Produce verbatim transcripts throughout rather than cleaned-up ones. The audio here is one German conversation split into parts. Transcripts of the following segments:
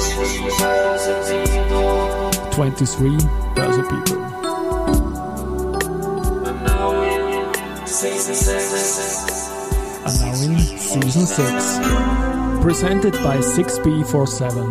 twenty-three Börse People. Announcing Season six. Presented by six B forty-seven.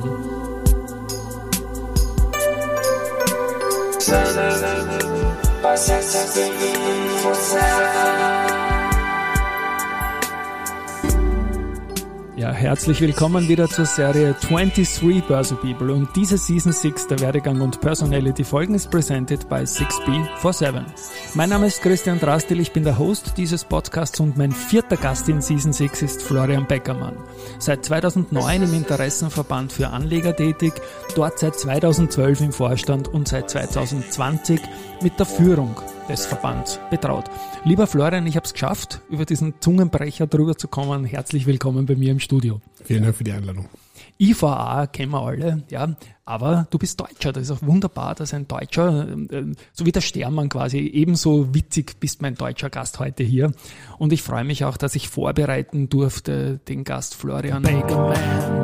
Ja, herzlich willkommen wieder zur Serie twenty-three Börse People und diese Season six der Werdegang und Personality Folgen ist presented by six B forty-seven. Mein Name ist Christian Drastil, ich bin der Host dieses Podcasts und mein vierter Gast in Season six ist Florian Beckermann. Seit zweitausendneun im Interessenverband für Anleger tätig, dort seit zweitausendzwölf im Vorstand und seit zweitausendzwanzig mit der Führung des Verbands betraut. Lieber Florian, ich habe es geschafft, über diesen Zungenbrecher drüber zu kommen. Herzlich willkommen bei mir im Studio. Vielen Dank für die Einladung. I V A kennen wir alle, ja, aber du bist Deutscher. Das ist auch wunderbar, dass ein Deutscher, so wie der Stermann quasi, ebenso witzig bist mein deutscher Gast heute hier. Und ich freue mich auch, dass ich vorbereiten durfte, den Gast Florian Beckermann.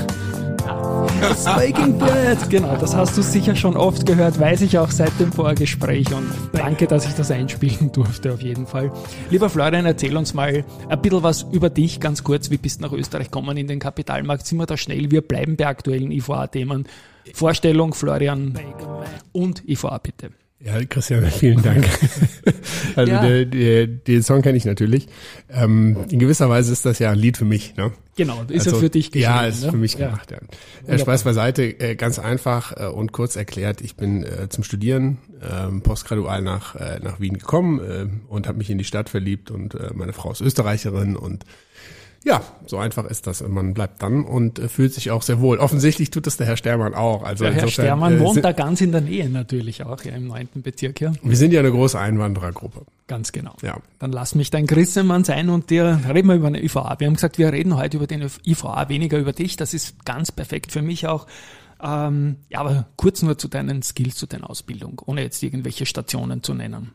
Das Breaking Bad, genau, das hast du sicher schon oft gehört, weiß ich auch seit dem Vorgespräch und danke, dass ich das einspielen durfte auf jeden Fall. Lieber Florian, erzähl uns mal ein bisschen was über dich, ganz kurz, wie bist du nach Österreich gekommen in den Kapitalmarkt, sind wir da schnell, wir bleiben bei aktuellen I V A-Themen. Vorstellung, Florian und I V A bitte. Ja, Christian, vielen Dank. Also ja. der, der, den Song kenne ich natürlich. Ähm, in gewisser Weise ist das ja ein Lied für mich. Ne? Genau, ist also, ja für dich geschrieben. Ja, ist ne? für mich ja. gemacht. Ja. Ja, Spaß beiseite, äh, ganz einfach äh, und kurz erklärt. Ich bin äh, zum Studieren äh, postgradual nach äh, nach Wien gekommen äh, und habe mich in die Stadt verliebt und äh, meine Frau ist Österreicherin und ja, so einfach ist das. Man bleibt dann und äh, fühlt sich auch sehr wohl. Offensichtlich tut das der Herr Stermann auch. Also der Herr insofern, Stermann äh, wohnt sind, da ganz in der Nähe natürlich auch, ja, im neunten Bezirk. Ja. Wir sind ja eine große Einwanderergruppe. Ganz genau. Ja. Dann lass mich dein Grissemann sein und dir reden wir über eine I V A. Wir haben gesagt, wir reden heute über den I V A, weniger über dich. Das ist ganz perfekt für mich auch. Ähm, ja, aber kurz nur zu deinen Skills, zu deiner Ausbildung, ohne jetzt irgendwelche Stationen zu nennen.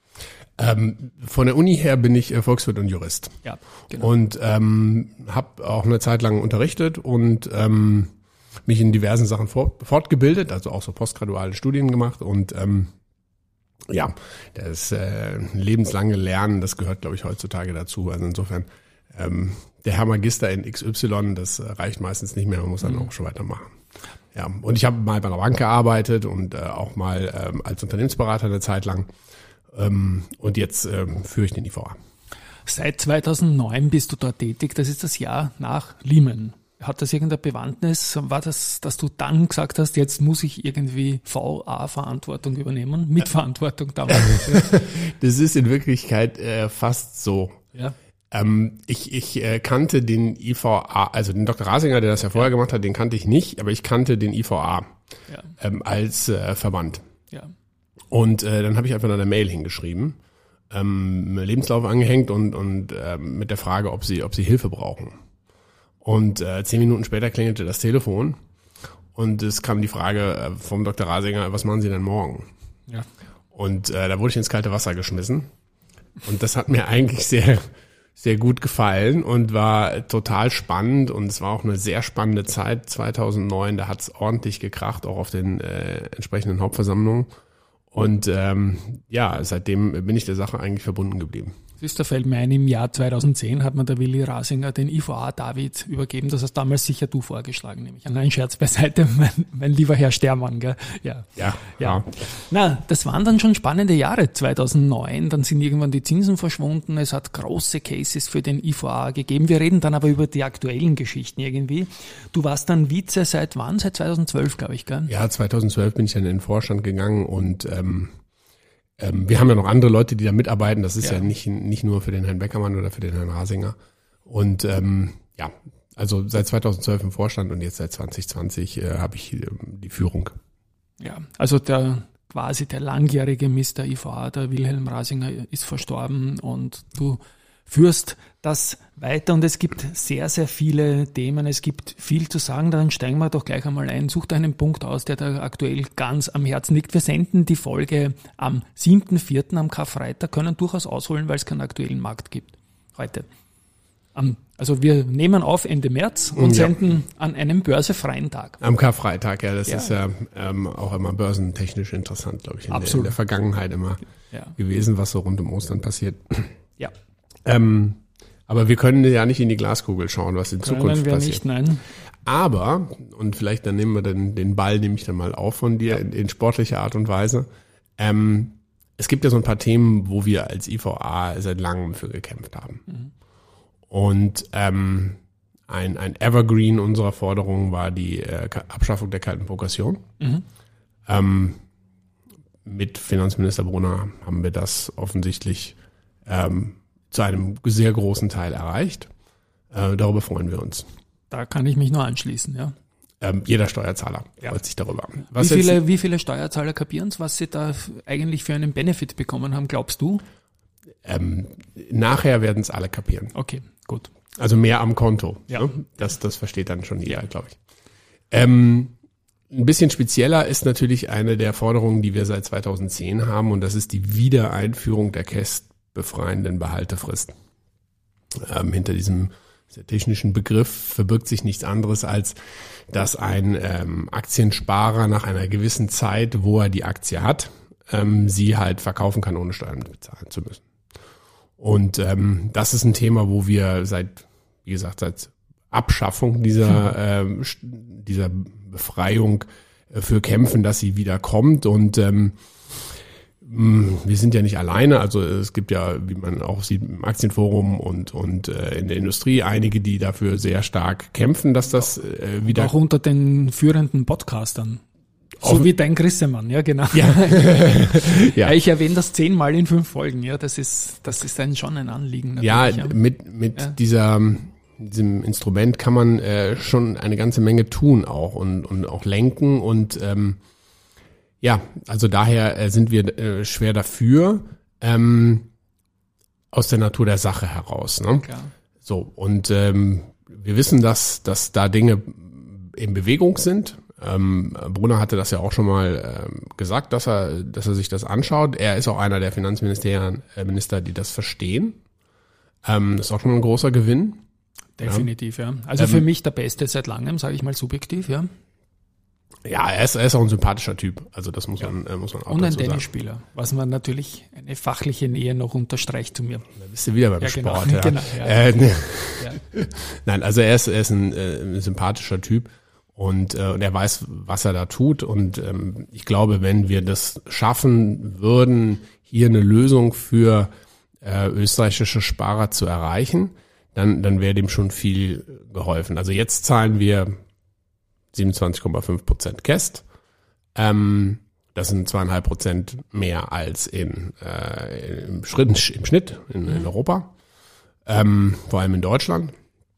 Ähm, von der Uni her bin ich äh, Volkswirt und Jurist. Ja, genau. Und ähm, habe auch eine Zeit lang unterrichtet und ähm, mich in diversen Sachen fort, fortgebildet, also auch so postgraduale Studien gemacht. Und ähm, ja, das äh, lebenslange Lernen, das gehört, glaube ich, heutzutage dazu. Also insofern, ähm, der Herr Magister in X Y, das äh, reicht meistens nicht mehr, man muss dann mhm. auch schon weitermachen. Ja, und ich habe mal bei einer Bank gearbeitet und äh, auch mal ähm, als Unternehmensberater eine Zeit lang. Ähm, und jetzt ähm, führe ich den I V A. Seit zweitausendneun bist du dort tätig. Das ist das Jahr nach Lehman. Hat das irgendeine Bewandtnis? War das, dass du dann gesagt hast, jetzt muss ich irgendwie V A-Verantwortung übernehmen? Mitverantwortung damals. Das ist in Wirklichkeit äh, fast so. Ja. Ähm, ich ich äh, kannte den I V A, also den Doktor Rasinger, der das ja vorher gemacht hat, den kannte ich nicht, aber ich kannte den I V A ja. ähm, als äh, Verband. Ja. Und äh, dann habe ich einfach eine Mail hingeschrieben, ähm, Lebenslauf angehängt und und äh, mit der Frage, ob sie ob sie Hilfe brauchen. Und äh, zehn Minuten später klingelte das Telefon und es kam die Frage äh, vom Doktor Rasinger, was machen Sie denn morgen? Ja. Und äh, da wurde ich ins kalte Wasser geschmissen und das hat mir eigentlich sehr sehr gut gefallen und war total spannend und es war auch eine sehr spannende Zeit zweitausendneun, da hat's ordentlich gekracht, auch auf den äh, entsprechenden Hauptversammlungen. Und ähm, ja, seitdem bin ich der Sache eigentlich verbunden geblieben. Siehst du, fällt mir ein, im Jahr zweitausendzehn hat mir der Willi Rasinger den I V A David übergeben. Das hast damals sicher du vorgeschlagen, nämlich. Ein Scherz beiseite, mein, mein lieber Herr Stermann, gell? Ja. Ja, ja. ja. Na, das waren dann schon spannende Jahre, zweitausendneun. Dann sind irgendwann die Zinsen verschwunden. Es hat große Cases für den I V A gegeben. Wir reden dann aber über die aktuellen Geschichten irgendwie. Du warst dann Vize seit wann? Seit zweitausendzwölf, glaube ich, gell? Ja, zweitausendzwölf bin ich dann in den Vorstand gegangen und ähm, Ähm, wir haben ja noch andere Leute, die da mitarbeiten. Das ist ja, ja nicht nicht nur für den Herrn Beckermann oder für den Herrn Rasinger. Und ähm, ja, also seit zweitausendzwölf im Vorstand und jetzt seit zwanzig zwanzig äh, habe ich ähm, die Führung. Ja, also der quasi der langjährige Mister I V A, der Wilhelm Rasinger, ist verstorben und du führst das weiter und es gibt sehr, sehr viele Themen, es gibt viel zu sagen, dann steigen wir doch gleich einmal ein. Such einen Punkt aus, der da aktuell ganz am Herzen liegt. Wir senden die Folge am siebten vierten am Karfreitag, können durchaus ausholen, weil es keinen aktuellen Markt gibt heute. am, also wir nehmen auf Ende März und Ja. senden an einem börsefreien Tag. Am Karfreitag, ja, das Ja. ist ja ähm, auch immer börsentechnisch interessant, glaube ich, in der, in Absolut. der Vergangenheit immer Ja. gewesen, was so rund um Ostern passiert. Ja. Ähm, aber wir können ja nicht in die Glaskugel schauen, was in Zukunft Können wir passiert. nicht, nein. Aber, und vielleicht dann nehmen wir den, den Ball, nehme ich dann mal auf von dir in, in sportlicher Art und Weise. Ähm, es gibt ja so ein paar Themen, wo wir als I V A seit langem für gekämpft haben. Mhm. Und ähm, ein, ein Evergreen unserer Forderungen war die äh, Abschaffung der kalten Progression. Mhm. Ähm, mit Finanzminister Brunner haben wir das offensichtlich ähm, zu einem sehr großen Teil erreicht. Äh, darüber freuen wir uns. Da kann ich mich nur anschließen, ja. Ähm, jeder Steuerzahler Ja. freut sich darüber. Wie Was jetzt- viele, wie viele Steuerzahler kapieren es, was sie da f- eigentlich für einen Benefit bekommen haben, glaubst du? ähm, nachher werden es alle kapieren. Okay, gut. Also mehr am Konto. Ja. Ne? Das, das versteht dann schon jeder, glaube ich. Ähm, ein bisschen spezieller ist natürlich eine der Forderungen, die wir seit zweitausendzehn haben, und das ist die Wiedereinführung der kästbefreienden Behaltefrist. Ähm, hinter diesem sehr technischen Begriff verbirgt sich nichts anderes, als dass ein ähm, Aktiensparer nach einer gewissen Zeit, wo er die Aktie hat, ähm, sie halt verkaufen kann, ohne Steuern bezahlen zu müssen. Und ähm, das ist ein Thema, wo wir seit, wie gesagt, seit Abschaffung dieser ähm, st- dieser Befreiung äh, für kämpfen, dass sie wieder kommt. Und ähm, mh, wir sind ja nicht alleine. Also es gibt ja, wie man auch sieht, im Aktienforum und und äh, in der Industrie einige, die dafür sehr stark kämpfen, dass das äh, wieder Auch unter den führenden Podcastern. So Auf- wie dein Grissemann, ja genau. Ja. Ja, ich erwähne das zehnmal in fünf Folgen, ja. Das ist, das ist ein, schon ein Anliegen. Ja, natürlich, mit mit Ja. dieser diesem Instrument kann man äh, schon eine ganze Menge tun auch und und auch lenken und ähm, ja, also daher äh, sind wir äh, schwer dafür ähm, aus der Natur der Sache heraus. Ne? Klar. So, und ähm, wir wissen, dass dass da Dinge in Bewegung sind. Ähm, Brunner hatte das ja auch schon mal ähm, gesagt, dass er dass er sich das anschaut. Er ist auch einer der Finanzminister, äh, Minister, die das verstehen. Ähm, das ist auch schon ein großer Gewinn. Definitiv, ja. Also Ähm, für mich der Beste seit langem, sage ich mal subjektiv, ja. Ja, er ist, er ist auch ein sympathischer Typ. Also das muss man, äh, muss man auch Und ein dazu sagen. Tennisspieler, was man natürlich eine fachliche Nähe noch unterstreicht zu mir. Da bist du wieder beim Ja, genau. Sport. Ja. Genau, ja. Äh, ne. Ja. Nein, also er ist, er ist ein, äh, ein sympathischer Typ und, äh, und er weiß, was er da tut. Und ähm, ich glaube, wenn wir das schaffen würden, hier eine Lösung für äh, österreichische Sparer zu erreichen, dann, dann wäre dem schon viel geholfen. Also jetzt zahlen wir siebenundzwanzig Komma fünf Prozent Käst. Ähm, das sind zweieinhalb Prozent mehr als in, äh, im, Schritt, im Schnitt in, in Europa, ähm, vor allem in Deutschland.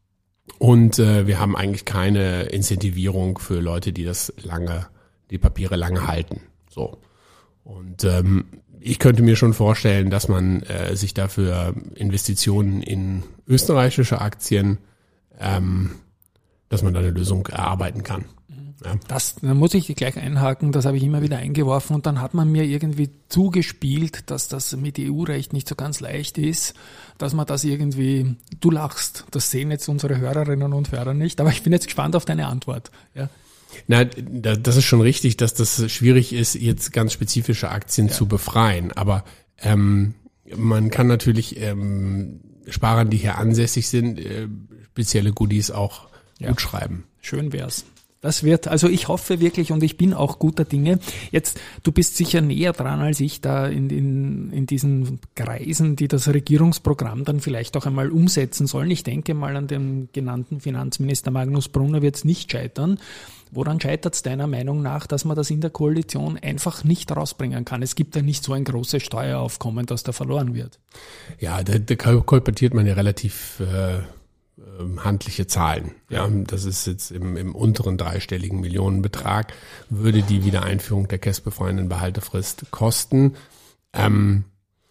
Und äh, wir haben eigentlich keine Incentivierung für Leute, die das lange, die Papiere lange halten. So. Und ähm, ich könnte mir schon vorstellen, dass man äh, sich dafür Investitionen in österreichische Aktien, ähm, dass man da eine Lösung erarbeiten kann. Ja. Das, da muss ich gleich einhaken, das habe ich immer wieder eingeworfen und dann hat man mir irgendwie zugespielt, dass das mit E U-Recht nicht so ganz leicht ist, dass man das irgendwie, du lachst, das sehen jetzt unsere Hörerinnen und Hörer nicht, aber ich bin jetzt gespannt auf deine Antwort. Ja. Na, da- das ist schon richtig, dass das schwierig ist, jetzt ganz spezifische Aktien Ja. zu befreien. Aber ähm, man kann natürlich ähm, Sparern, die hier ansässig sind, äh, spezielle Goodies auch Ja. gut schreiben. Schön wär's. Das wird, also ich hoffe wirklich und ich bin auch guter Dinge. Jetzt, du bist sicher näher dran als ich da in, in, in diesen Kreisen, die das Regierungsprogramm dann vielleicht auch einmal umsetzen sollen. Ich denke mal an den genannten Finanzminister Magnus Brunner wird es nicht scheitern. Woran scheitert es deiner Meinung nach, dass man das in der Koalition einfach nicht rausbringen kann? Es gibt ja nicht so ein großes Steueraufkommen, das da verloren wird. Ja, da, da kolportiert man ja relativ äh, ähm, handliche Zahlen. Ja, das ist jetzt im, im unteren dreistelligen Millionenbetrag, würde die Wiedereinführung der kästbefreienden Behaltefrist kosten. Ähm,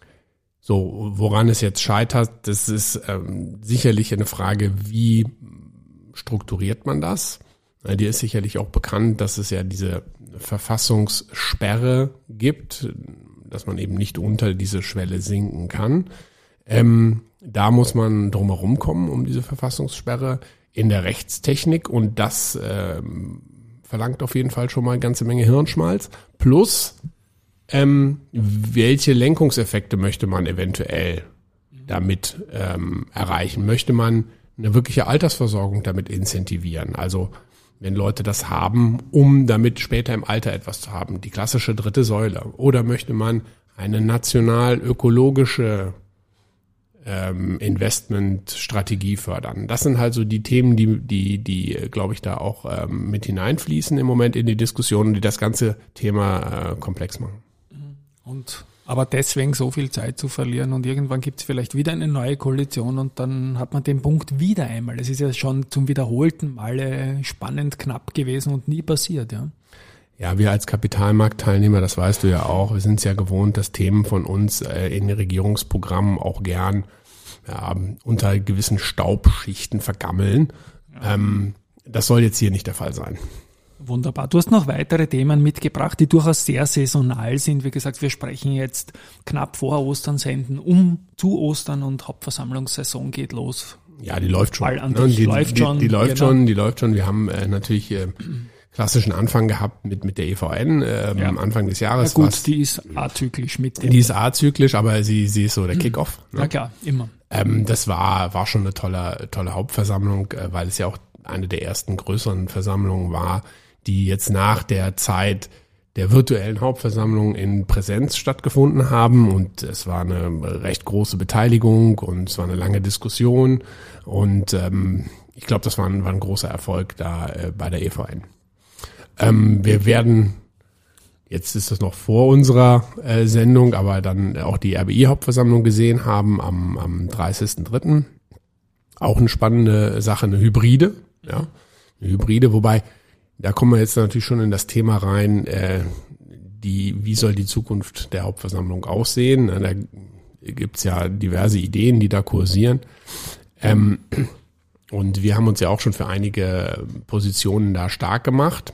so, woran es jetzt scheitert, das ist ähm, sicherlich eine Frage, wie strukturiert man das? Na, dir ist sicherlich auch bekannt, dass es ja diese Verfassungssperre gibt, dass man eben nicht unter diese Schwelle sinken kann. Ähm, da muss man drumherum kommen um diese Verfassungssperre in der Rechtstechnik und das ähm, verlangt auf jeden Fall schon mal eine ganze Menge Hirnschmalz. Plus, ähm, welche Lenkungseffekte möchte man eventuell damit ähm, erreichen? Möchte man eine wirkliche Altersversorgung damit incentivieren? Also wenn Leute das haben, um damit später im Alter etwas zu haben, die klassische dritte Säule. Oder möchte man eine national-ökologische ähm, Investmentstrategie fördern? Das sind halt so die Themen, die, die, die, glaube ich, da auch ähm, mit hineinfließen im Moment in die Diskussion, die das ganze Thema äh, komplex machen. Und aber deswegen so viel Zeit zu verlieren und irgendwann gibt es vielleicht wieder eine neue Koalition und dann hat man den Punkt wieder einmal. Es ist ja schon zum wiederholten Male spannend knapp gewesen und nie passiert, ja. Ja, wir als Kapitalmarktteilnehmer, das weißt du ja auch, wir sind es ja gewohnt, dass Themen von uns äh, in Regierungsprogrammen auch gern ja, unter gewissen Staubschichten vergammeln. Ja. Ähm, das soll jetzt hier nicht der Fall sein. Wunderbar. Du hast noch weitere Themen mitgebracht, die durchaus sehr saisonal sind. Wie gesagt, wir sprechen jetzt knapp vor Ostern, senden um zu Ostern und Hauptversammlungssaison geht los. Ja, die läuft schon. Ball an dich. Die, läuft die, schon. Die, die läuft genau. schon, die läuft schon. Wir haben äh, natürlich äh, klassischen Anfang gehabt mit mit der E V N äh, ja. am Anfang des Jahres. Ja gut, was, die ist azyklisch mit dem. Die ist azyklisch, aber sie sie ist so der Kickoff. Ne? Ja klar, immer. Ähm, das war war schon eine tolle tolle Hauptversammlung, äh, weil es ja auch eine der ersten größeren Versammlungen war, die jetzt nach der Zeit der virtuellen Hauptversammlung in Präsenz stattgefunden haben und es war eine recht große Beteiligung und es war eine lange Diskussion und ähm, ich glaube, das war ein, war ein großer Erfolg da äh, bei der E V N. Ähm, wir werden, jetzt ist das noch vor unserer äh, Sendung, aber dann auch die R B I-Hauptversammlung gesehen haben am, am dreißigsten dritten Auch eine spannende Sache, eine Hybride, ja, eine Hybride, wobei da kommen wir jetzt natürlich schon in das Thema rein, äh, die, wie soll die Zukunft der Hauptversammlung aussehen? Da gibt's ja diverse Ideen, die da kursieren. Ähm, und wir haben uns ja auch schon für einige Positionen da stark gemacht.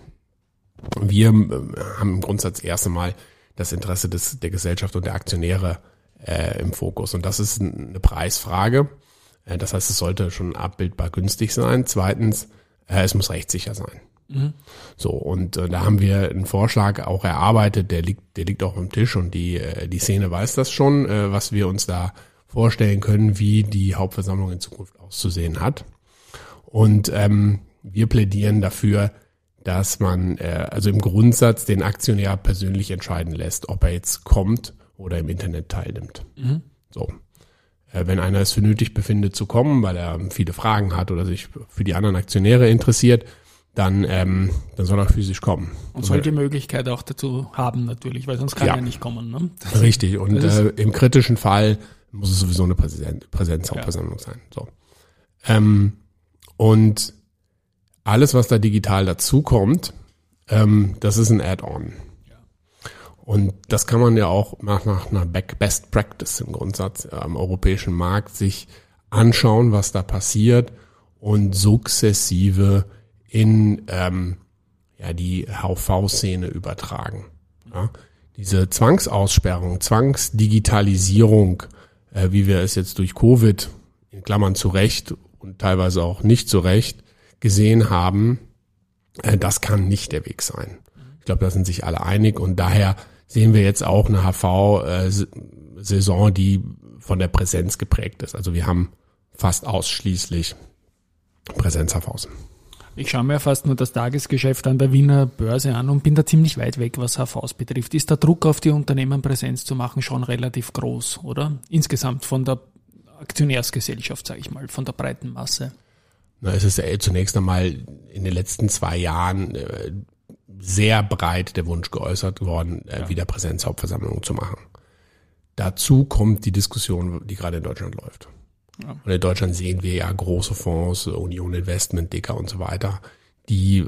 Wir haben im Grundsatz erst einmal das Interesse des, der Gesellschaft und der Aktionäre äh, im Fokus. Und das ist eine Preisfrage. Äh, das heißt, es sollte schon abbildbar günstig sein. Zweitens, äh, es muss rechtssicher sein. Mhm. So, und äh, da haben wir einen Vorschlag auch erarbeitet, der liegt, der liegt auch am Tisch und die, äh, die Szene weiß das schon, äh, was wir uns da vorstellen können, wie die Hauptversammlung in Zukunft auszusehen hat. Und ähm, wir plädieren dafür, dass man äh, also im Grundsatz den Aktionär persönlich entscheiden lässt, ob er jetzt kommt oder im Internet teilnimmt. Mhm. So. Äh, wenn einer es für nötig befindet zu kommen, weil er viele Fragen hat oder sich für die anderen Aktionäre interessiert, dann, ähm, dann soll er physisch kommen. Und soll die Möglichkeit auch dazu haben natürlich, weil sonst kann ja. er nicht kommen. Ne? Richtig. Und äh, im kritischen Fall muss es sowieso eine Präsenz, Präsenzhauptversammlung ja. sein. So. Ähm, und alles, was da digital dazukommt, ähm, das ist ein Add-on. Ja. Und das kann man ja auch nach, nach einer Best Practice im Grundsatz am europäischen Markt sich anschauen, was da passiert und sukzessive in ähm, ja die H V-Szene übertragen. Ja, diese Zwangsaussperrung, Zwangsdigitalisierung, äh, wie wir es jetzt durch Covid, in Klammern zu Recht und teilweise auch nicht zu Recht, gesehen haben, äh, das kann nicht der Weg sein. Ich glaube, da sind sich alle einig und daher sehen wir jetzt auch eine H V-Saison, die von der Präsenz geprägt ist. Also wir haben fast ausschließlich Präsenz-H Vs. Ich schaue mir fast nur das Tagesgeschäft an der Wiener Börse an und bin da ziemlich weit weg, was H Vs betrifft. Ist der Druck auf die Unternehmen Präsenz zu machen schon relativ groß, oder? Insgesamt von der Aktionärsgesellschaft, sage ich mal, von der breiten Masse. Na, es ist ja zunächst einmal in den letzten zwei Jahren äh, sehr breit der Wunsch geäußert worden, äh, ja. wieder Präsenzhauptversammlungen zu machen. Dazu kommt die Diskussion, die gerade in Deutschland läuft. Ja. Und in Deutschland sehen wir ja große Fonds, Union Investment, D K und so weiter, die,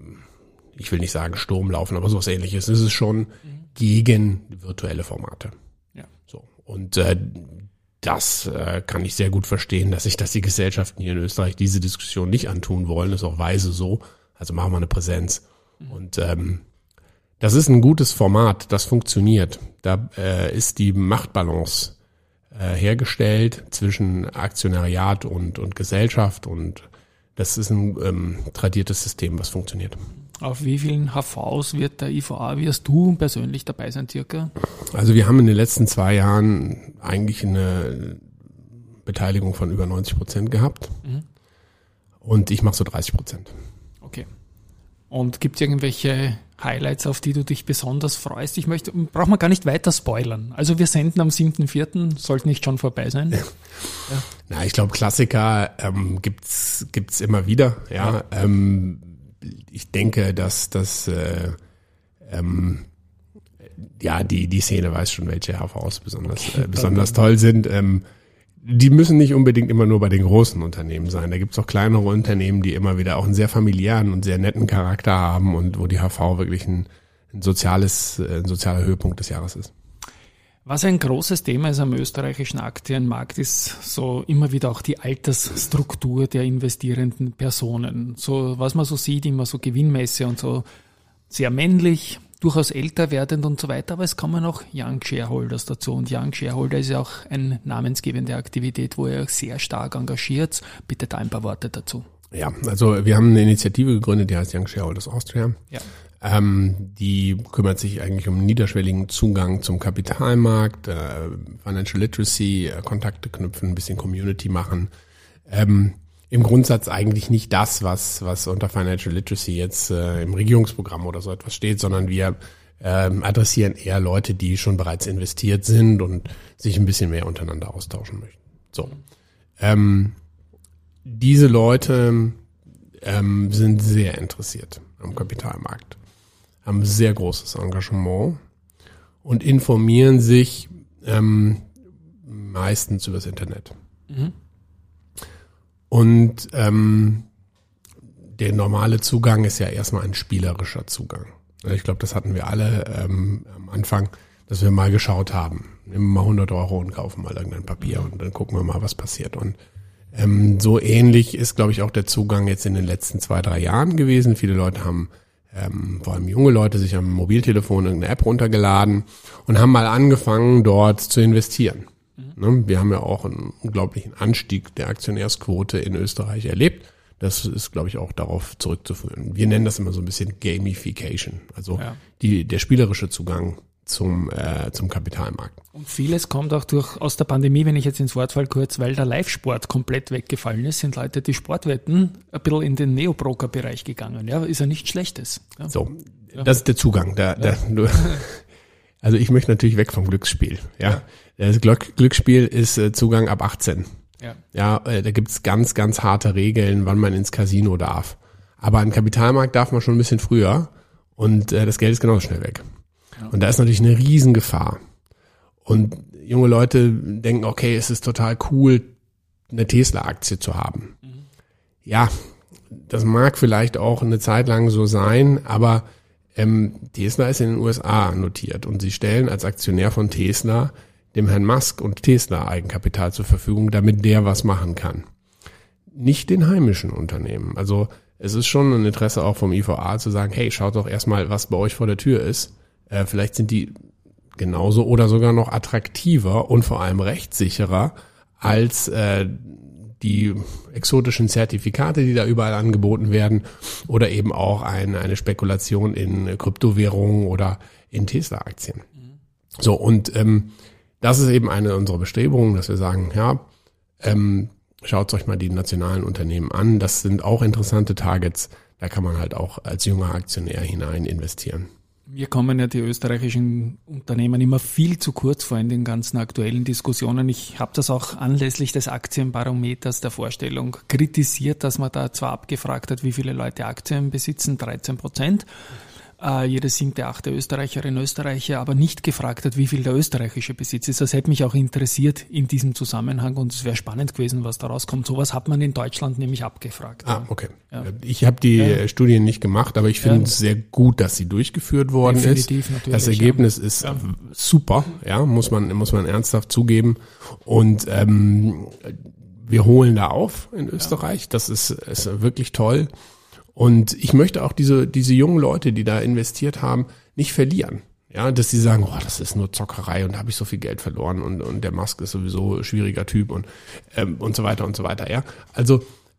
ich will nicht sagen Sturm laufen, aber sowas Ähnliches. Es ist schon mhm. gegen virtuelle Formate. Ja. So. Und äh, das äh, kann ich sehr gut verstehen, dass sich das die Gesellschaften hier in Österreich diese Diskussion nicht antun wollen. Das ist auch weise so. Also machen wir eine Präsenz. Mhm. Und ähm, das ist ein gutes Format, das funktioniert. Da äh, ist die Machtbalance äh, hergestellt zwischen Aktionariat und, und Gesellschaft, und das ist ein ähm, tradiertes System, was funktioniert. Auf wie vielen H Vs wird der I V A, wirst du persönlich dabei sein circa? Also wir haben in den letzten zwei Jahren eigentlich eine Beteiligung von über neunzig Prozent gehabt. Mhm. Und ich mache so dreißig Prozent. Okay. Und gibt es irgendwelche Highlights, auf die du dich besonders freust? Ich möchte, braucht man gar nicht weiter spoilern. Also wir senden am siebten vierten, sollte nicht schon vorbei sein. Ja. Ja. Na, ich glaube, Klassiker ähm, gibt's gibt's immer wieder. Ja, ja. Ähm, ich denke, dass das äh, ähm, ja die die Szene weiß schon, welche H Vs besonders okay, äh, besonders toll sind. Ähm, Die müssen nicht unbedingt immer nur bei den großen Unternehmen sein. Da gibt's auch kleinere Unternehmen, die immer wieder auch einen sehr familiären und sehr netten Charakter haben und wo die H V wirklich ein, ein soziales, ein sozialer Höhepunkt des Jahres ist. Was ein großes Thema ist am österreichischen Aktienmarkt, ist so immer wieder auch die Altersstruktur der investierenden Personen. So, was man so sieht, immer so Gewinnmesse und so sehr männlich, durchaus älter werdend und so weiter, aber es kommen auch Young Shareholders dazu, und Young Shareholder ist ja auch eine namensgebende Aktivität, wo ihr sehr stark engagiert. Bitte da ein paar Worte dazu. Ja, also wir haben eine Initiative gegründet, die heißt Young Shareholders Austria. Ja. Ähm, die kümmert sich eigentlich um niederschwelligen Zugang zum Kapitalmarkt, äh, Financial Literacy, äh, Kontakte knüpfen, ein bisschen Community machen. Ähm, Im Grundsatz eigentlich nicht das, was was unter Financial Literacy jetzt äh, im Regierungsprogramm oder so etwas steht, sondern wir ähm, adressieren eher Leute, die schon bereits investiert sind und sich ein bisschen mehr untereinander austauschen möchten. So, ähm, diese Leute ähm, sind sehr interessiert am Kapitalmarkt, haben sehr großes Engagement und informieren sich ähm, meistens übers Internet. Mhm. Und ähm, der normale Zugang ist ja erstmal ein spielerischer Zugang. Ich glaube, das hatten wir alle ähm, am Anfang, dass wir mal geschaut haben. Nehmen wir mal hundert Euro und kaufen mal irgendein Papier und dann gucken wir mal, was passiert. Und ähm, so ähnlich ist, glaube ich, auch der Zugang jetzt in den letzten zwei, drei Jahren gewesen. Viele Leute haben, ähm, vor allem junge Leute, sich am Mobiltelefon irgendeine App runtergeladen und haben mal angefangen, dort zu investieren. Mhm. Wir haben ja auch einen unglaublichen Anstieg der Aktionärsquote in Österreich erlebt. Das ist, glaube ich, auch darauf zurückzuführen. Wir nennen das immer so ein bisschen Gamification, also ja. die, der spielerische Zugang zum äh, zum Kapitalmarkt. Und vieles kommt auch durch aus der Pandemie, wenn ich jetzt ins Wort falle kurz, weil der Live-Sport komplett weggefallen ist, sind Leute, die Sportwetten ein bisschen in den Neo-Broker-Bereich gegangen. Ja, ist ja nichts Schlechtes. Ja. So, ja. Das ist der Zugang. Der, der, ja. Also ich möchte natürlich weg vom Glücksspiel. Ja, ja. Das Glück, Glücksspiel ist äh, Zugang ab achtzehn. Ja, ja äh, da gibt's ganz, ganz harte Regeln, wann man ins Casino darf. Aber an Kapitalmarkt darf man schon ein bisschen früher und äh, das Geld ist genauso schnell weg. Ja. Und da ist natürlich eine Riesengefahr. Und junge Leute denken, okay, es ist total cool, eine Tesla-Aktie zu haben. Mhm. Ja, das mag vielleicht auch eine Zeit lang so sein, aber ähm, Tesla ist in den U S A notiert und sie stellen als Aktionär von Tesla dem Herrn Musk und Tesla Eigenkapital zur Verfügung, damit der was machen kann. Nicht den heimischen Unternehmen. Also es ist schon ein Interesse auch vom I V A zu sagen, hey, schaut doch erstmal, was bei euch vor der Tür ist. Äh, vielleicht sind die genauso oder sogar noch attraktiver und vor allem rechtssicherer als äh, die exotischen Zertifikate, die da überall angeboten werden, oder eben auch eine, eine Spekulation in Kryptowährungen oder in Tesla-Aktien. Mhm. So, und ähm, das ist eben eine unserer Bestrebungen, dass wir sagen, ja, ähm, schaut euch mal die nationalen Unternehmen an. Das sind auch interessante Targets. Da kann man halt auch als junger Aktionär hinein investieren. Mir kommen ja die österreichischen Unternehmen immer viel zu kurz vor in den ganzen aktuellen Diskussionen. Ich habe das auch anlässlich des Aktienbarometers der Vorstellung kritisiert, dass man da zwar abgefragt hat, wie viele Leute Aktien besitzen, dreizehn Prozent. Äh, jede siebte, achte Österreicherin, Österreicher, aber nicht gefragt hat, wie viel der österreichische Besitz ist. Das hätte mich auch interessiert in diesem Zusammenhang und es wäre spannend gewesen, was da rauskommt. Sowas hat man in Deutschland nämlich abgefragt. Ah, okay. Ja. Ich habe die ja. Studien nicht gemacht, aber ich finde ja. es sehr gut, dass sie durchgeführt worden Definitiv, ist. Natürlich, das Ergebnis ja. ist ja. super, ja, muss man muss man ernsthaft zugeben. Und ähm, wir holen da auf in Österreich. Ja. Das ist, ist wirklich toll. Und ich möchte auch diese diese jungen Leute, die da investiert haben, nicht verlieren. Ja, dass sie sagen, oh, das ist nur Zockerei und da habe ich so viel Geld verloren und, und der Musk ist sowieso ein schwieriger Typ und, ähm, und so weiter und so weiter. Ja, also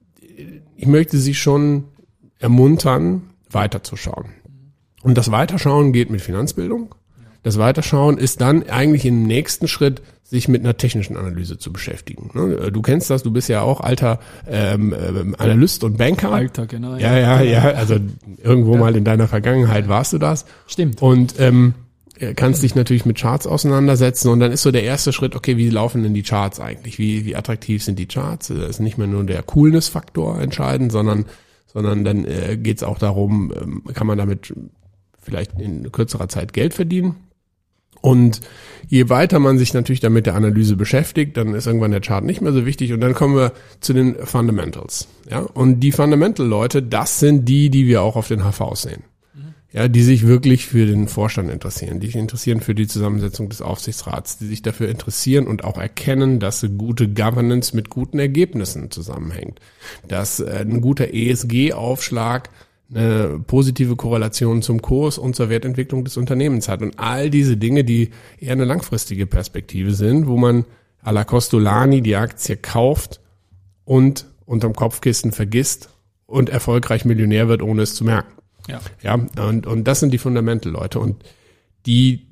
ich möchte sie schon ermuntern, weiterzuschauen. Und das Weiterschauen geht mit Finanzbildung. Das Weiterschauen ist dann eigentlich im nächsten Schritt, sich mit einer technischen Analyse zu beschäftigen. Du kennst das, du bist ja auch alter ähm, Analyst und Banker. Alter, genau. Ja, ja, ja, also irgendwo ja. mal in deiner Vergangenheit warst du das. Stimmt. Und ähm, kannst dich natürlich mit Charts auseinandersetzen und dann ist so der erste Schritt, okay, wie laufen denn die Charts eigentlich? Wie, wie attraktiv sind die Charts? Das ist nicht mehr nur der Coolness-Faktor entscheidend, sondern, sondern dann äh, geht es auch darum, ähm, kann man damit vielleicht in kürzerer Zeit Geld verdienen? Und je weiter man sich natürlich dann mit der Analyse beschäftigt, dann ist irgendwann der Chart nicht mehr so wichtig und dann kommen wir zu den Fundamentals. Ja, und die Fundamental-Leute, das sind die, die wir auch auf den H Vs sehen. Ja, die sich wirklich für den Vorstand interessieren, die sich interessieren für die Zusammensetzung des Aufsichtsrats, die sich dafür interessieren und auch erkennen, dass eine gute Governance mit guten Ergebnissen zusammenhängt, dass ein guter E S G-Aufschlag eine positive Korrelation zum Kurs und zur Wertentwicklung des Unternehmens hat. Und all diese Dinge, die eher eine langfristige Perspektive sind, wo man à la Costolani die Aktie kauft und unterm Kopfkissen vergisst und erfolgreich Millionär wird, ohne es zu merken. Ja, ja und, und das sind die Fundamental-Leute. Und die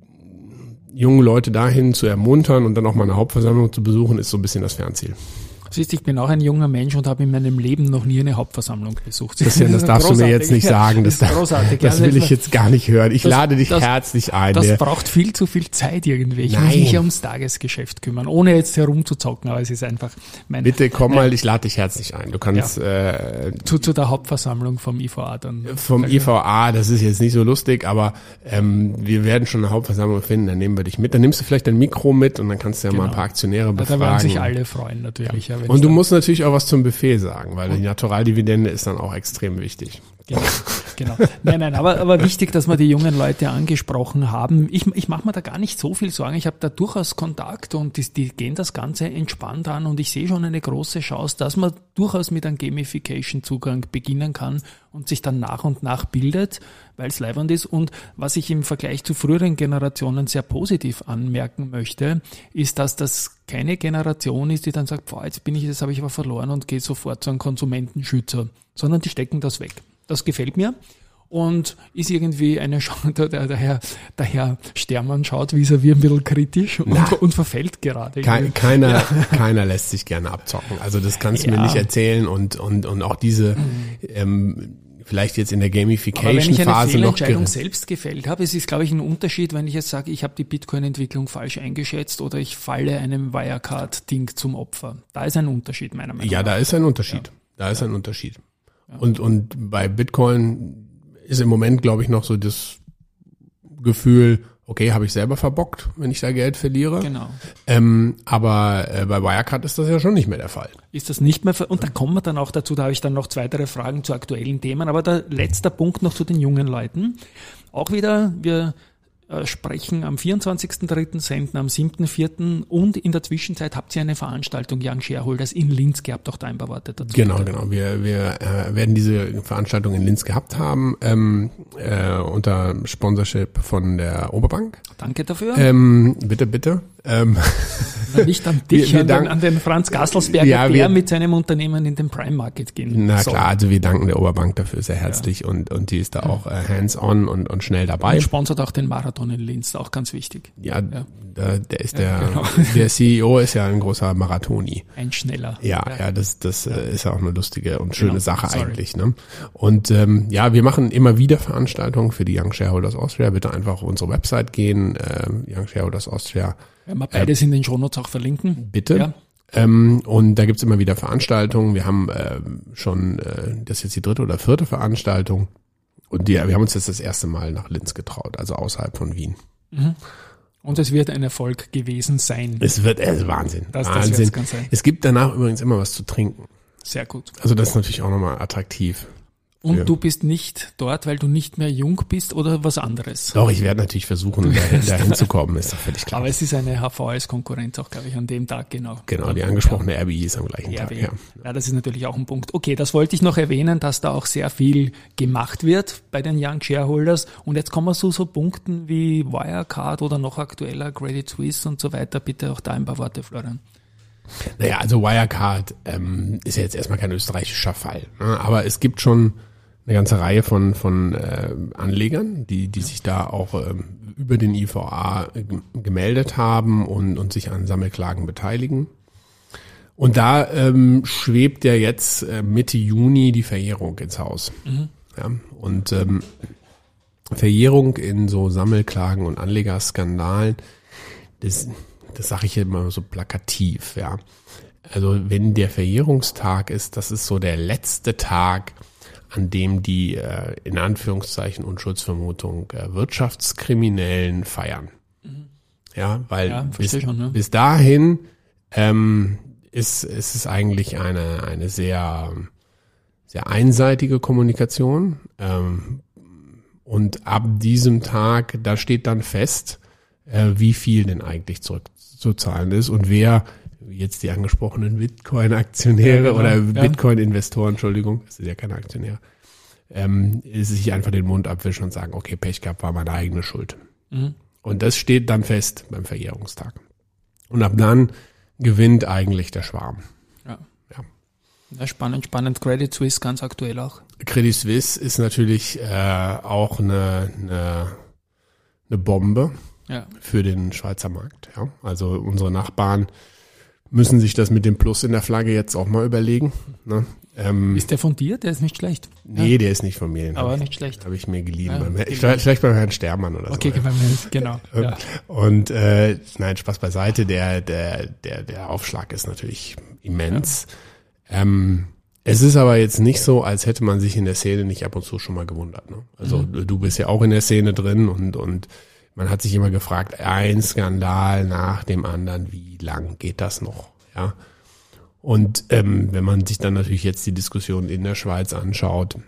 jungen Leute dahin zu ermuntern und dann auch mal eine Hauptversammlung zu besuchen, ist so ein bisschen das Fernziel. Siehst, ich bin auch ein junger Mensch und habe in meinem Leben noch nie eine Hauptversammlung besucht. Das, ja, das darfst großartig. Du mir jetzt nicht sagen. Das, das, großartig. das will ich jetzt gar nicht hören. Ich das, lade dich das, herzlich ein. Das der, braucht viel zu viel Zeit irgendwie. Ich Nein. muss mich ja ums Tagesgeschäft kümmern, ohne jetzt herumzuzocken, aber es ist einfach mein... Bitte komm mal, ich lade dich herzlich ein. Du kannst... Ja. Äh, zu, zu der Hauptversammlung vom I V A dann. Vom I V A, das ist jetzt nicht so lustig, aber ähm, wir werden schon eine Hauptversammlung finden, dann nehmen wir dich mit. Dann nimmst du vielleicht dein Mikro mit und dann kannst du ja genau. mal ein paar Aktionäre befragen. Da werden sich alle freuen natürlich. Ja. Ja, und du musst natürlich auch was zum Buffet sagen, weil die Naturaldividende ist dann auch extrem wichtig. Genau, genau. Nein, nein, aber, aber wichtig, dass wir die jungen Leute angesprochen haben. Ich, ich mache mir da gar nicht so viel Sorgen. Ich habe da durchaus Kontakt und die, die gehen das Ganze entspannt an und ich sehe schon eine große Chance, dass man durchaus mit einem Gamification-Zugang beginnen kann und sich dann nach und nach bildet, weil es leibend ist. Und was ich im Vergleich zu früheren Generationen sehr positiv anmerken möchte, ist, dass das keine Generation ist, die dann sagt, boah, jetzt bin ich, das habe ich aber verloren und gehe sofort zu einem Konsumentenschützer, sondern die stecken das weg. Das gefällt mir und ist irgendwie eine Chance, der, der, Herr, der Herr Stermann schaut vis-à-vis ein bisschen kritisch und, und verfällt gerade. Kein, keiner, ja. keiner lässt sich gerne abzocken. Also das kannst du ja. mir nicht erzählen und, und, und auch diese, mhm. ähm, vielleicht jetzt in der Gamification-Phase noch... Aber wenn ich eine Fehlentscheidung selbst gefällt habe, es ist, glaube ich, ein Unterschied, wenn ich jetzt sage, ich habe die Bitcoin-Entwicklung falsch eingeschätzt oder ich falle einem Wirecard-Ding zum Opfer. Da ist ein Unterschied, meiner Meinung nach. Ja, da ist ein Unterschied. Ja. Da ist ein Unterschied. Ja. Und, und bei Bitcoin ist im Moment, glaube ich, noch so das Gefühl, okay, habe ich selber verbockt, wenn ich da Geld verliere. Genau. Ähm, aber äh, bei Wirecard ist das ja schon nicht mehr der Fall. Ist das nicht mehr, ver- und da kommen wir dann auch dazu, da habe ich dann noch zwei weitere Fragen zu aktuellen Themen, aber der letzte Punkt noch zu den jungen Leuten. Auch wieder, wir äh, sprechen am vierundzwanzigsten dritten, senden am siebten vierten und in der Zwischenzeit habt ihr eine Veranstaltung Young Shareholders in Linz gehabt, auch da ein paar Worte dazu. Genau, genau. Wir, wir äh, werden diese Veranstaltung in Linz gehabt haben, ähm, äh, unter Sponsorship von der Oberbank. Danke dafür. Ähm, bitte, bitte. Ähm, Na, nicht an dich, wir, wir an, den, an den Franz Gasselsberger, ja, der wir, mit seinem Unternehmen in den Prime Market gehen Na soll. Klar, also wir danken der Oberbank dafür sehr herzlich ja. und, und die ist da auch äh, hands-on und, und schnell dabei. Und sponsert auch den Marathon in Linz, auch ganz wichtig. Ja, ja. Da, der ist der, ja, genau. der C E O ist ja ein großer Marathoni. Ein schneller. Ja, ja, ja das, das ja. ist ja auch eine lustige und schöne genau. Sache Sorry. eigentlich. Ne? Und ähm, ja, wir machen immer wieder Veranstaltungen für die Young Shareholders Austria. Bitte einfach auf unsere Website gehen, äh, Young Shareholders Austria. Werden wir beides äh, in den Shownotes auch verlinken. Bitte. Ja. Ähm, und da gibt's immer wieder Veranstaltungen. Wir haben äh, schon, äh, das ist jetzt die dritte oder vierte Veranstaltung. Und die, wir haben uns jetzt das erste Mal nach Linz getraut, also außerhalb von Wien. Mhm. Und es wird ein Erfolg gewesen sein. Es wird, also Wahnsinn. Das, Wahnsinn. Das sein. Es gibt danach übrigens immer was zu trinken. Sehr gut. Also das ist natürlich auch nochmal attraktiv. Und ja. du bist nicht dort, weil du nicht mehr jung bist oder was anderes? Doch, ich werde natürlich versuchen, dahin, dahin zu kommen, ist doch völlig klar. Aber es ist eine H V als Konkurrenz auch, glaube ich, an dem Tag, genau. Genau, die angesprochene R B I ist am gleichen R B I. Tag. Ja. ja, das ist natürlich auch ein Punkt. Okay, das wollte ich noch erwähnen, dass da auch sehr viel gemacht wird bei den Young Shareholders. Und jetzt kommen wir zu so Punkten wie Wirecard oder noch aktueller Credit Suisse und so weiter. Bitte auch da ein paar Worte, Florian. Naja, also Wirecard ähm, ist ja jetzt erstmal kein österreichischer Fall, ne? Aber es gibt schon eine ganze Reihe von von äh, Anlegern, die die sich da auch ähm, über den I V A g- gemeldet haben und und sich an Sammelklagen beteiligen. Und da ähm, schwebt ja jetzt äh, Mitte Juni die Verjährung ins Haus. Mhm. Ja, und ähm, Verjährung in so Sammelklagen und Anlegerskandalen, das das sage ich immer so plakativ, ja. Also wenn der Verjährungstag ist, das ist so der letzte Tag, an dem die äh, in Anführungszeichen Unschuldsvermutung äh, Wirtschaftskriminellen feiern. Mhm. Ja, weil ja, bis, schon, ne? bis dahin ähm, ist, ist es eigentlich eine, eine sehr, sehr einseitige Kommunikation. Ähm, und ab diesem Tag, da steht dann fest, äh, wie viel denn eigentlich zurückzuzahlen ist und wer, wie jetzt die angesprochenen Bitcoin-Aktionäre ja, genau. oder Bitcoin-Investoren, Entschuldigung, das ist ja keine Aktionäre, ähm, sich einfach den Mund abwischen und sagen, okay, Pech gehabt, war meine eigene Schuld. Mhm. Und das steht dann fest beim Verjährungstag. Und ab dann gewinnt eigentlich der Schwarm. Ja. Ja. Ja, spannend, spannend. Credit Suisse ganz aktuell auch. Credit Suisse ist natürlich äh, auch eine, eine, eine Bombe ja. für den Schweizer Markt. Ja. Also unsere Nachbarn müssen sich das mit dem Plus in der Flagge jetzt auch mal überlegen. Ne? Ähm, ist der von dir? Der ist nicht schlecht. Nee, ja. der ist nicht von mir. Den Aber ich, nicht schlecht. Habe ich mir geliehen. Ja, beim, vielleicht, vielleicht beim Herrn Stermann oder okay, so. Okay, ja. genau. Ja. Und äh, nein, Spaß beiseite. Der, der, der, der Aufschlag ist natürlich immens. Ja. Ähm, es ist aber jetzt nicht so, als hätte man sich in der Szene nicht ab und zu schon mal gewundert. Ne? Also mhm. du bist ja auch in der Szene drin und und man hat sich immer gefragt, ein Skandal nach dem anderen, wie lang geht das noch? Ja. Und ähm, wenn man sich dann natürlich jetzt die Diskussion in der Schweiz anschaut,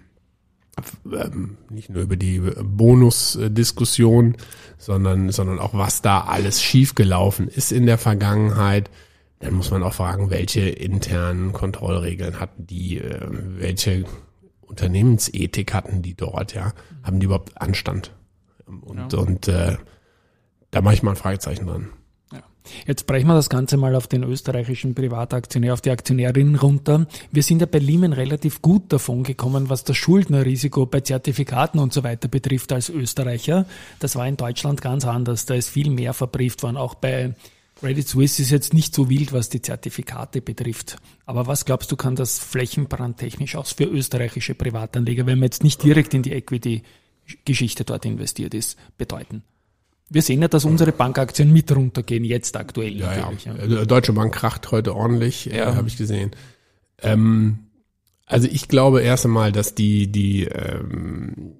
ähm, nicht nur über die Bonusdiskussion, sondern sondern auch was da alles schiefgelaufen ist in der Vergangenheit, dann muss man auch fragen, welche internen Kontrollregeln hatten die, äh, welche Unternehmensethik hatten die dort, ja, haben die überhaupt Anstand? Und, ja. und äh, da mache ich mal ein Fragezeichen dran. Ja. Jetzt brechen wir das Ganze mal auf den österreichischen Privataktionär, auf die Aktionärinnen runter. Wir sind ja bei Lehman relativ gut davon gekommen, was das Schuldnerrisiko bei Zertifikaten und so weiter betrifft als Österreicher. Das war in Deutschland ganz anders. Da ist viel mehr verbrieft worden. Auch bei Credit Suisse ist jetzt nicht so wild, was die Zertifikate betrifft. Aber was glaubst du, kann das flächenbrandtechnisch aus für österreichische Privatanleger, wenn man jetzt nicht direkt in die Equity-Geschichte dort investiert ist, bedeuten? Wir sehen ja, dass unsere Bankaktien mit runtergehen, jetzt aktuell ja, natürlich. Ja. Ja. Deutsche Bank kracht heute ordentlich, ja. äh, habe ich gesehen. Ähm, also ich glaube erst einmal, dass die die ähm,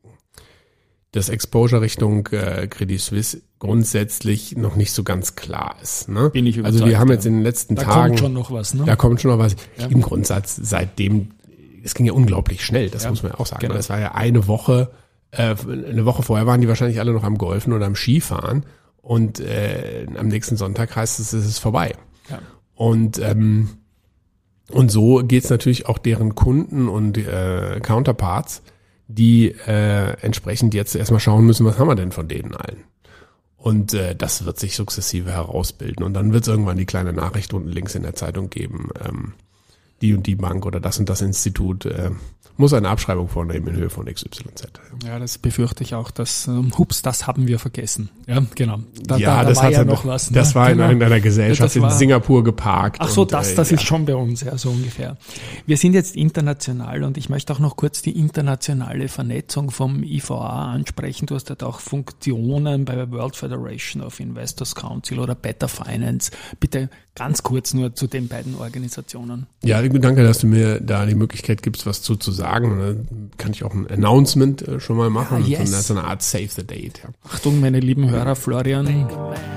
das Exposure Richtung äh, Credit Suisse grundsätzlich noch nicht so ganz klar ist. Ne? Bin ich überzeugt, also wir haben jetzt in den letzten da Tagen... Da kommt schon noch was. Ne? Da kommt schon noch was. Ja. Im Grundsatz, seitdem, es ging ja unglaublich schnell, das ja. muss man ja auch sagen. Genau. Das war ja eine Woche, äh, eine Woche vorher waren die wahrscheinlich alle noch am Golfen oder am Skifahren und äh, am nächsten Sonntag heißt es, es ist vorbei. Ja. Und ähm, und so geht's natürlich auch deren Kunden und äh, Counterparts, die äh, entsprechend jetzt erstmal schauen müssen, was haben wir denn von denen allen? Und äh, das wird sich sukzessive herausbilden. Und dann wird es irgendwann die kleine Nachricht unten links in der Zeitung geben, ähm, die und die Bank oder das und das Institut äh, muss eine Abschreibung vornehmen in Höhe von X Y Z. Ja, das befürchte ich auch. Dass, ähm, hups, das haben wir vergessen. Ja, genau. Da, ja, da, da das war ja noch was. Das ne? war in genau. einer Gesellschaft ja, in Singapur geparkt. Ach so, und, das, das äh, ist ja. schon bei uns, ja, so ungefähr. Wir sind jetzt international und ich möchte auch noch kurz die internationale Vernetzung vom I V A ansprechen. Du hast dort auch Funktionen bei der World Federation of Investors Council oder Better Finance. Bitte ganz kurz nur zu den beiden Organisationen. Ja, danke, dass du mir da die Möglichkeit gibst, was zu, zu sagen. Dann kann ich auch ein Announcement äh, schon mal machen. Ja, yes. So eine Art Save the Date. Ja. Achtung, meine lieben Hörer, Florian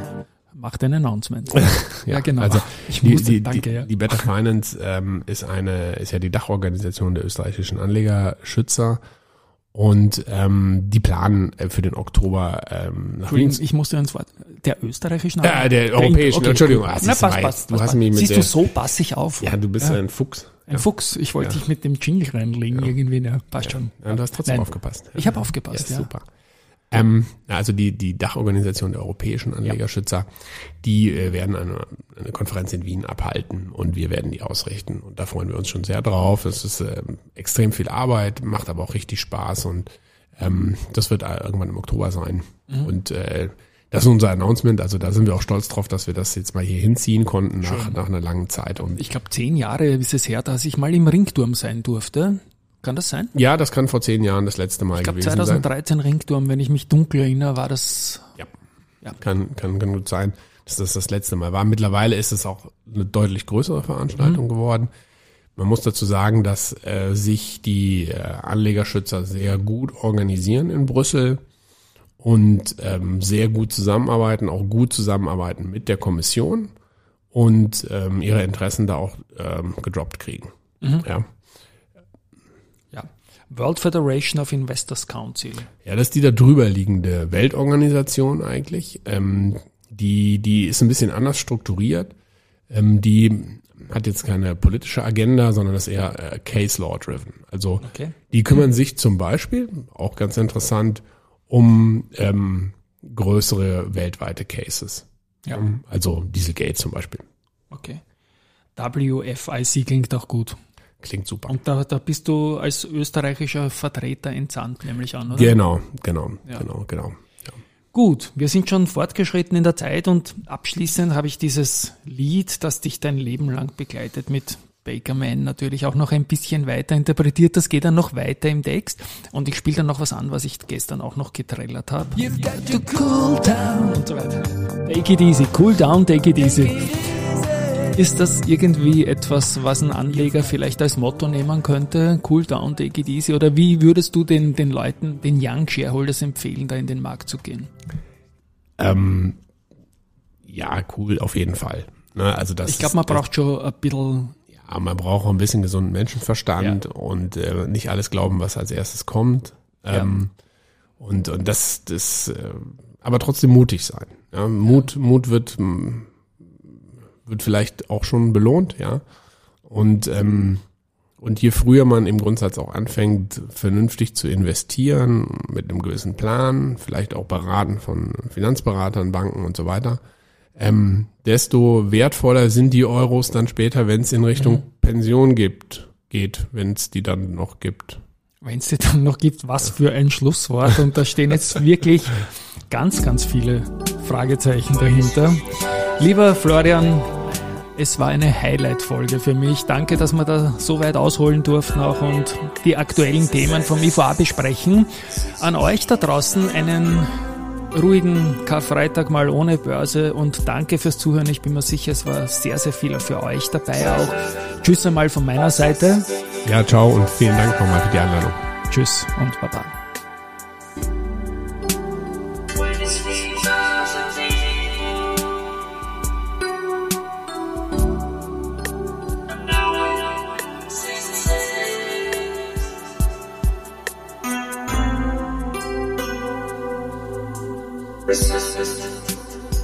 Macht ein Announcement. ja, ja, genau. Also ich die, musste, die, danke, die, ja. die Better Finance ähm, ist eine, ist ja die Dachorganisation der österreichischen Anlegerschützer und ähm, die planen äh, für den Oktober ähm, nach Wien. Ich musste ins Wort. Der österreichischen? Ja, der europäischen, okay, Entschuldigung. Cool. Ah, Na, siehst passt, du, passt, du passt, hast mich mit Siehst der, du, so passe ich auf. Ja, du bist ja. ein Fuchs. Ein Fuchs. Ich wollte Ja. dich mit dem Jingle reinlegen, ja. irgendwie, ja, passt Ja. schon. Ja, du hast trotzdem Nein, aufgepasst. Ich habe aufgepasst, ja. ja. Super. Ähm, also die, die Dachorganisation der europäischen Anlegerschützer, die äh, werden eine, eine Konferenz in Wien abhalten und wir werden die ausrichten. Und da freuen wir uns schon sehr drauf. Es ist äh, extrem viel Arbeit, macht aber auch richtig Spaß und ähm, das wird irgendwann im Oktober sein. Mhm. Und äh, das ist unser Announcement. Also da sind wir auch stolz drauf, dass wir das jetzt mal hier hinziehen konnten nach, nach einer langen Zeit. Und ich glaube, zehn Jahre ist es her, dass ich mal im Ringturm sein durfte. Kann das sein? Ja, das kann vor zehn Jahren das letzte Mal ich glaub, gewesen sein. zwanzig dreizehn Ringturm, wenn ich mich dunkel erinnere, war das... Ja, ja. Kann, kann, kann gut sein, dass das das letzte Mal war. Mittlerweile ist es auch eine deutlich größere Veranstaltung mhm. geworden. Man muss dazu sagen, dass äh, sich die äh, Anlegerschützer sehr gut organisieren in Brüssel und ähm, sehr gut zusammenarbeiten, auch gut zusammenarbeiten mit der Kommission und ähm, ihre Interessen da auch ähm, gedroppt kriegen. Mhm. Ja. Ja. World Federation of Investors Council. Ja, das ist die da drüber liegende Weltorganisation eigentlich. Ähm, die, die ist ein bisschen anders strukturiert. Ähm, die hat jetzt keine politische Agenda, sondern ist eher äh, Case Law driven. Also okay. die kümmern sich zum Beispiel, auch ganz interessant, um ähm, größere weltweite Cases. Ja. Um, also Dieselgate zum Beispiel. Okay. W F I C klingt auch gut. Klingt super. Und da, da bist du als österreichischer Vertreter entsandt, nämlich an, oder? Genau, genau, ja. genau, genau. Ja. Gut, wir sind schon fortgeschritten in der Zeit und abschließend habe ich dieses Lied, das dich dein Leben lang begleitet, mit Baker Man natürlich auch noch ein bisschen weiter interpretiert. Das geht dann noch weiter im Text und ich spiele dann noch was an, was ich gestern auch noch getrellert habe. You've got to cool down und so weiter. Take it easy, cool down, take it easy. Ist das irgendwie etwas, was ein Anleger vielleicht als Motto nehmen könnte? Cool down, take it easy. Oder wie würdest du den, den Leuten, den Young Shareholders empfehlen, da in den Markt zu gehen? Ähm, ja, cool, auf jeden Fall. Ne, also das ich glaube, man ist, braucht schon ein bisschen... Ja, man braucht auch ein bisschen gesunden Menschenverstand ja. und äh, nicht alles glauben, was als erstes kommt. Ähm, ja. Und und das, das äh, aber trotzdem mutig sein. Ja, Mut, Mut wird... wird vielleicht auch schon belohnt, ja. Und ähm, und je früher man im Grundsatz auch anfängt, vernünftig zu investieren, mit einem gewissen Plan, vielleicht auch beraten von Finanzberatern, Banken und so weiter, ähm, desto wertvoller sind die Euros dann später, wenn es in Richtung mhm. Pension gibt, geht, wenn es die dann noch gibt. Wenn es die dann noch gibt, was für ein Schlusswort. Und da stehen jetzt wirklich ganz, ganz viele Fragezeichen dahinter. Lieber Florian, es war eine Highlight-Folge für mich. Danke, dass wir da so weit ausholen durften auch und die aktuellen Themen vom I V A besprechen. An euch da draußen einen ruhigen Karfreitag mal ohne Börse und danke fürs Zuhören. Ich bin mir sicher, es war sehr, sehr viel für euch dabei auch. Tschüss einmal von meiner Seite. Ja, ciao und vielen Dank nochmal für die Einladung. Tschüss und Baba.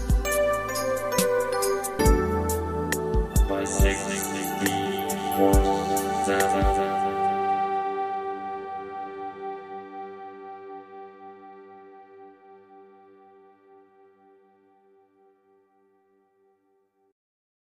By six, six, six,